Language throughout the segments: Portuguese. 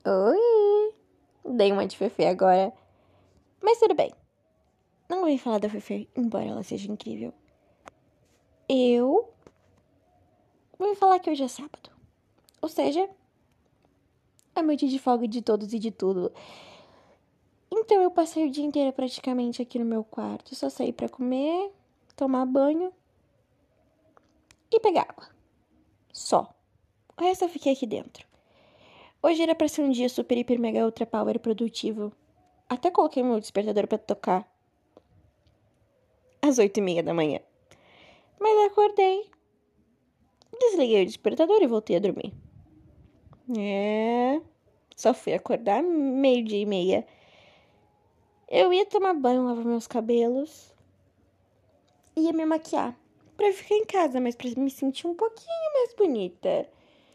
Oi! Dei uma de Fefe agora. Mas tudo bem. Não vou falar da Fefe, embora ela seja incrível. Eu vou falar que hoje é sábado. Ou seja, é meu dia de folga de todos e de tudo. Então eu passei o dia inteiro praticamente aqui no meu quarto. Só saí pra comer, tomar banho e pegar água. Só. O resto eu fiquei aqui dentro. Hoje era pra ser um dia super, hiper, mega, ultra power produtivo. Até coloquei meu despertador pra tocar às 8h30 da manhã. Mas acordei, desliguei o despertador e voltei a dormir. Só fui acordar 12h30. Eu ia tomar banho, lavar meus cabelos, ia me maquiar pra ficar em casa, mas pra me sentir um pouquinho mais bonita.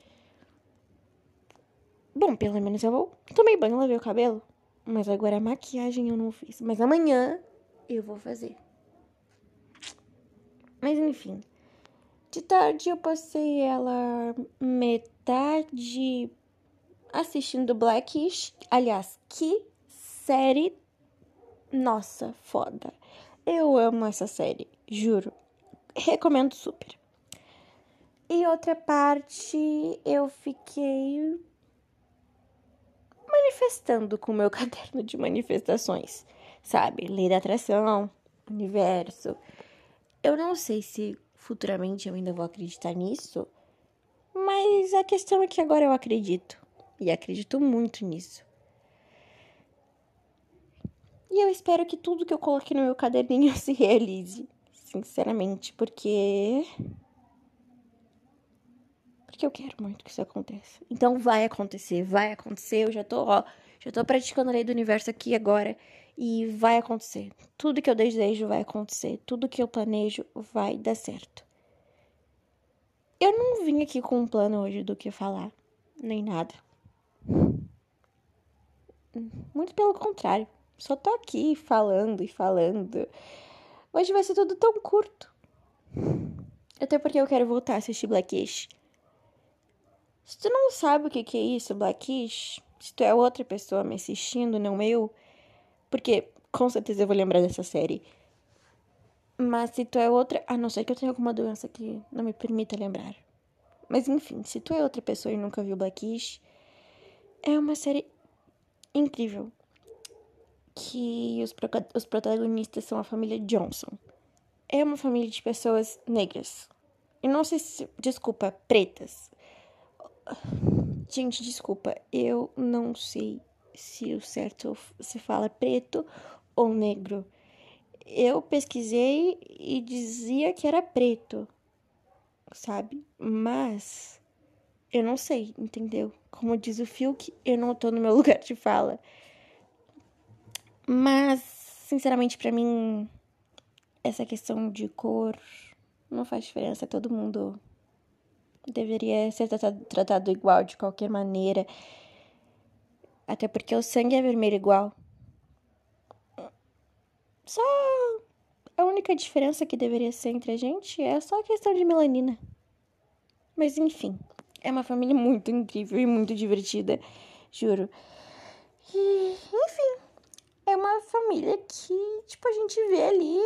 Bom, pelo menos eu tomei banho, lavei o cabelo, mas agora a maquiagem eu não fiz. Mas amanhã eu vou fazer. Mas enfim, de tarde eu passei ela metade assistindo Blackish. Aliás, que série, nossa, foda. Eu amo essa série, juro. Recomendo super. E outra parte eu fiquei manifestando com o meu caderno de manifestações, sabe? Lei da atração, universo. Eu não sei se futuramente eu ainda vou acreditar nisso, mas a questão é que agora eu acredito. E acredito muito nisso. E eu espero que tudo que eu coloquei no meu caderninho se realize. Sinceramente, porque eu quero muito que isso aconteça. Então vai acontecer. Eu já tô praticando a lei do universo aqui agora. E vai acontecer. Tudo que eu desejo vai acontecer. Tudo que eu planejo vai dar certo. Eu não vim aqui com um plano hoje do que falar. Nem nada. Muito pelo contrário. Só tô aqui falando e falando. Hoje vai ser tudo tão curto. Até porque eu quero voltar a assistir Blackish. Se tu não sabe o que é isso, Blackish, se tu é outra pessoa me assistindo, não eu, porque com certeza eu vou lembrar dessa série. Mas se tu é outra, a não ser que eu tenha alguma doença que não me permita lembrar. Mas enfim, se tu é outra pessoa e nunca viu Blackish, é uma série incrível. Que os protagonistas são a família Johnson. É uma família de pessoas negras. E não sei se... Desculpa, pretas. Gente, desculpa. Eu não sei se o certo se fala preto ou negro. Eu pesquisei e dizia que era preto, sabe? Mas eu não sei, entendeu? Como diz o Fiuk, eu não tô no meu lugar de fala. Mas, sinceramente, pra mim, essa questão de cor não faz diferença. Todo mundo deveria ser tratado igual de qualquer maneira. Até porque o sangue é vermelho igual. Só a única diferença que deveria ser entre a gente é só a questão de melanina. Mas enfim, é uma família muito incrível e muito divertida, juro. E, enfim, é uma família que, tipo, a gente vê ali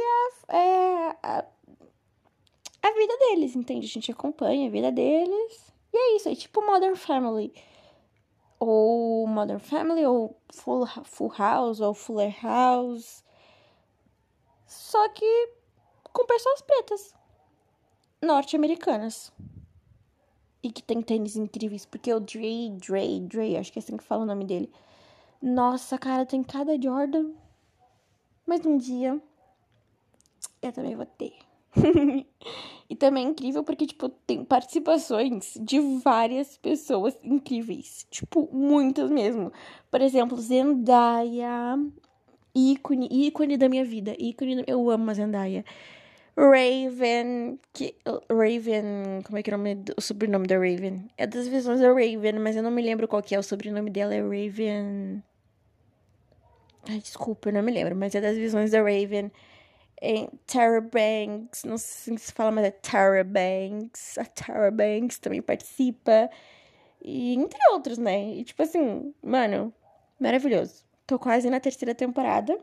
a vida deles, entende? A gente acompanha a vida deles. E é isso, é tipo Modern Family. Ou Modern Family, ou Full House, ou Fuller House. Só que com pessoas pretas, norte-americanas. E que tem tênis incríveis, porque o Dre, acho que é assim que fala o nome dele. Nossa, cara, tem cada Jordan. Mas um dia eu também vou ter. E também é incrível porque, tipo, tem participações de várias pessoas incríveis. Tipo, muitas mesmo. Por exemplo, Zendaya, ícone da minha vida. Eu amo a Zendaya. Raven, como é que é o sobrenome da Raven? É das visões da Raven, mas eu não me lembro qual que é o sobrenome dela, é Raven... Ai, desculpa, eu não me lembro, mas é das visões da Raven. Tara Banks, não sei se fala, mas é Tara Banks. A Tara Banks também participa. E entre outros, né? E tipo assim, mano, maravilhoso. Tô quase na 3ª temporada.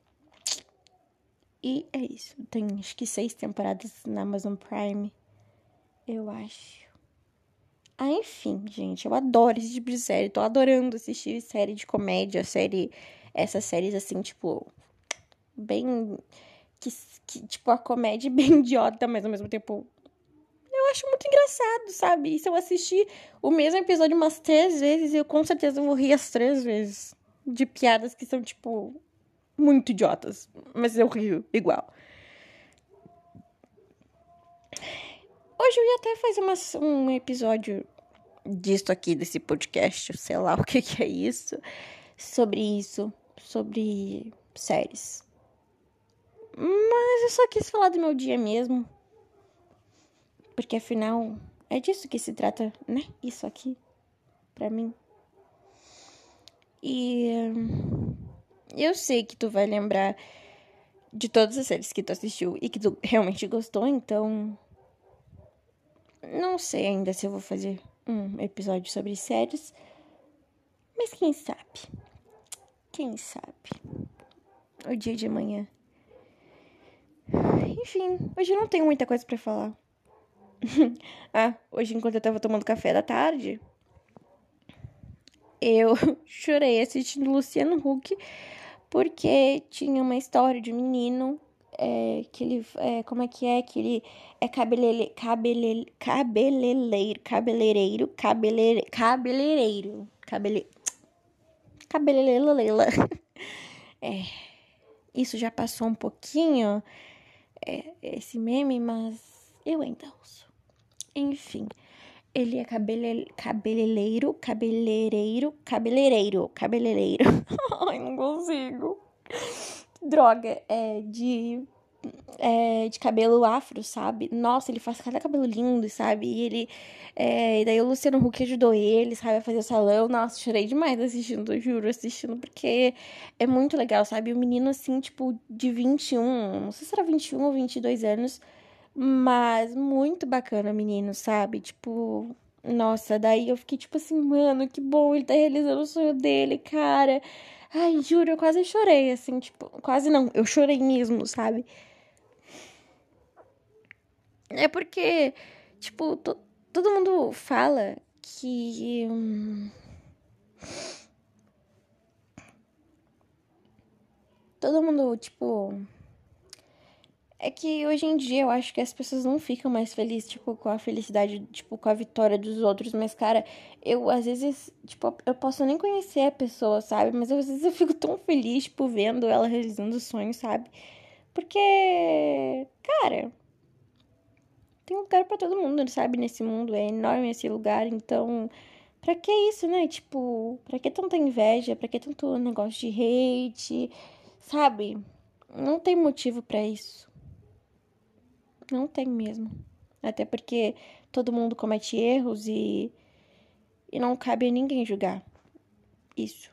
E é isso. Tem acho que 6 temporadas na Amazon Prime. Eu acho. Ah, enfim, gente, eu adoro esse tipo de série. Tô adorando assistir série de comédia, essas séries assim, tipo, bem. Tipo, a comédia bem idiota, mas ao mesmo tempo. Eu acho muito engraçado, sabe? E se eu assistir o mesmo episódio umas 3 vezes, eu com certeza vou rir as 3 vezes. De piadas que são, tipo, muito idiotas. Mas eu rio igual. Hoje eu ia até fazer um episódio disso aqui, desse podcast, sei lá o que é isso. Sobre séries. Mas eu só quis falar do meu dia mesmo. Porque afinal, é disso que se trata, né? Isso aqui, pra mim. E eu sei que tu vai lembrar de todas as séries que tu assistiu e que tu realmente gostou, então não sei ainda se eu vou fazer um episódio sobre séries, mas quem sabe? Quem sabe? O dia de amanhã. Enfim, hoje eu não tenho muita coisa pra falar. Hoje enquanto eu tava tomando café da tarde, eu chorei assistindo Luciano Huck porque tinha uma história de um menino que ele, como é que é? Que ele é cabeleireiro. Isso já passou um pouquinho, esse meme, mas eu ainda uso. Enfim, ele é cabeleireiro. Ai, não consigo. Droga, de cabelo afro, sabe? Nossa, ele faz cada cabelo lindo, sabe? E daí o Luciano Huck ajudou ele, sabe, a fazer o salão. Nossa, chorei demais assistindo, eu juro, assistindo, porque é muito legal, sabe? O menino, assim, tipo, de 21, não sei se era 21 ou 22 anos, mas muito bacana, menino, sabe? Tipo, nossa, daí eu fiquei tipo assim, mano, que bom, ele tá realizando o sonho dele, cara. Ai, juro, eu quase chorei, assim, tipo, quase não, eu chorei mesmo, sabe? É porque, tipo, todo mundo fala que. Todo mundo, tipo. É que hoje em dia eu acho que as pessoas não ficam mais felizes, tipo, com a felicidade, tipo, com a vitória dos outros. Mas, cara, eu às vezes, tipo, eu posso nem conhecer a pessoa, sabe? Mas às vezes eu fico tão feliz, tipo, vendo ela realizando sonhos, sabe? Porque, cara, tem lugar pra todo mundo, sabe? Nesse mundo, é enorme esse lugar, então. Pra que isso, né? Tipo, pra que tanta inveja? Pra que tanto negócio de hate? Sabe? Não tem motivo pra isso. Não tem mesmo. Até porque todo mundo comete erros e não cabe a ninguém julgar isso.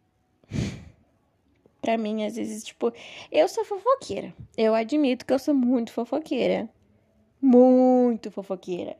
Pra mim, às vezes, tipo, eu sou fofoqueira. Eu admito que eu sou muito fofoqueira. Muito fofoqueira.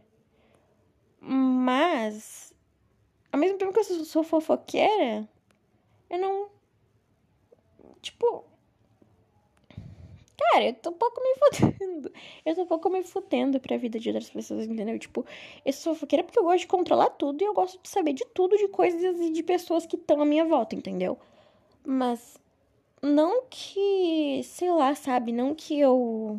Mas, ao mesmo tempo que eu sou fofoqueira, eu não. Tipo, cara, eu tô um pouco me fudendo. Eu tô um pouco me fudendo pra vida de outras pessoas, entendeu? Tipo, eu sou fofoqueira porque eu gosto de controlar tudo e eu gosto de saber de tudo, de coisas e de pessoas que estão à minha volta, entendeu? Mas não que, sei lá, sabe? Não que eu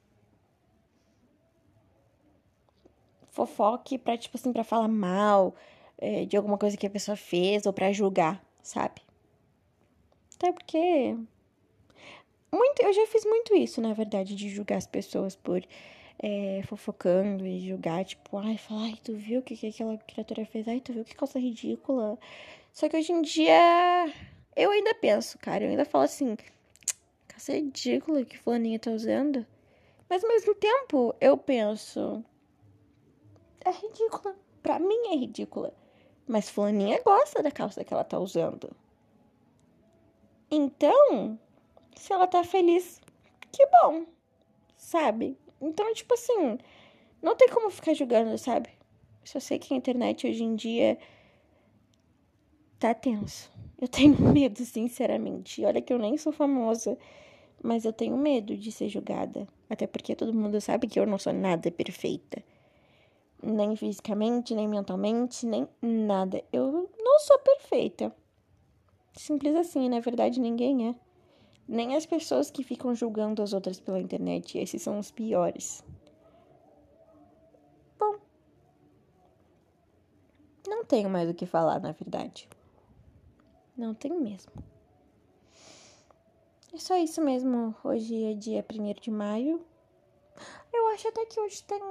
fofoque pra, tipo assim, pra falar mal de alguma coisa que a pessoa fez ou pra julgar, sabe? Até porque eu já fiz muito isso, na verdade, de julgar as pessoas por fofocando e julgar, tipo, ai, falar, ai, tu viu o que aquela criatura fez? Ai, tu viu que calça ridícula? Só que hoje em dia eu ainda penso, cara, eu ainda falo assim, calça ridícula que fulaninha tá usando. Mas ao mesmo tempo eu penso, é ridícula. Pra mim é ridícula. Mas fulaninha gosta da calça que ela tá usando. Então, se ela tá feliz, que bom, sabe? Então, tipo assim, não tem como ficar julgando, sabe? Só sei que a internet hoje em dia tá tenso. Eu tenho medo, sinceramente. Olha que eu nem sou famosa, mas eu tenho medo de ser julgada. Até porque todo mundo sabe que eu não sou nada perfeita. Nem fisicamente, nem mentalmente, nem nada. Eu não sou perfeita. Simples assim, na verdade ninguém é. Nem as pessoas que ficam julgando as outras pela internet. Esses são os piores. Bom, não tenho mais o que falar, na verdade. Não tenho mesmo. É só isso mesmo. Hoje é dia 1º de maio. Eu acho até que hoje tem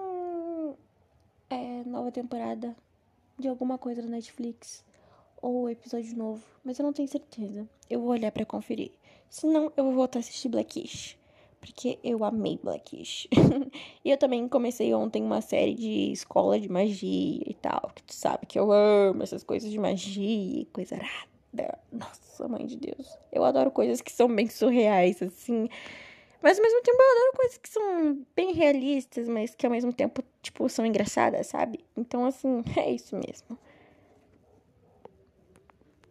nova temporada de alguma coisa na Netflix. Ou episódio novo. Mas eu não tenho certeza. Eu vou olhar pra conferir. Senão, eu vou voltar a assistir Blackish. Porque eu amei Blackish. E eu também comecei ontem uma série de escola de magia e tal. Que tu sabe que eu amo essas coisas de magia e coisa arada. Nossa, mãe de Deus. Eu adoro coisas que são bem surreais, assim. Mas ao mesmo tempo eu adoro coisas que são bem realistas, mas que ao mesmo tempo, tipo, são engraçadas, sabe? Então, assim, é isso mesmo.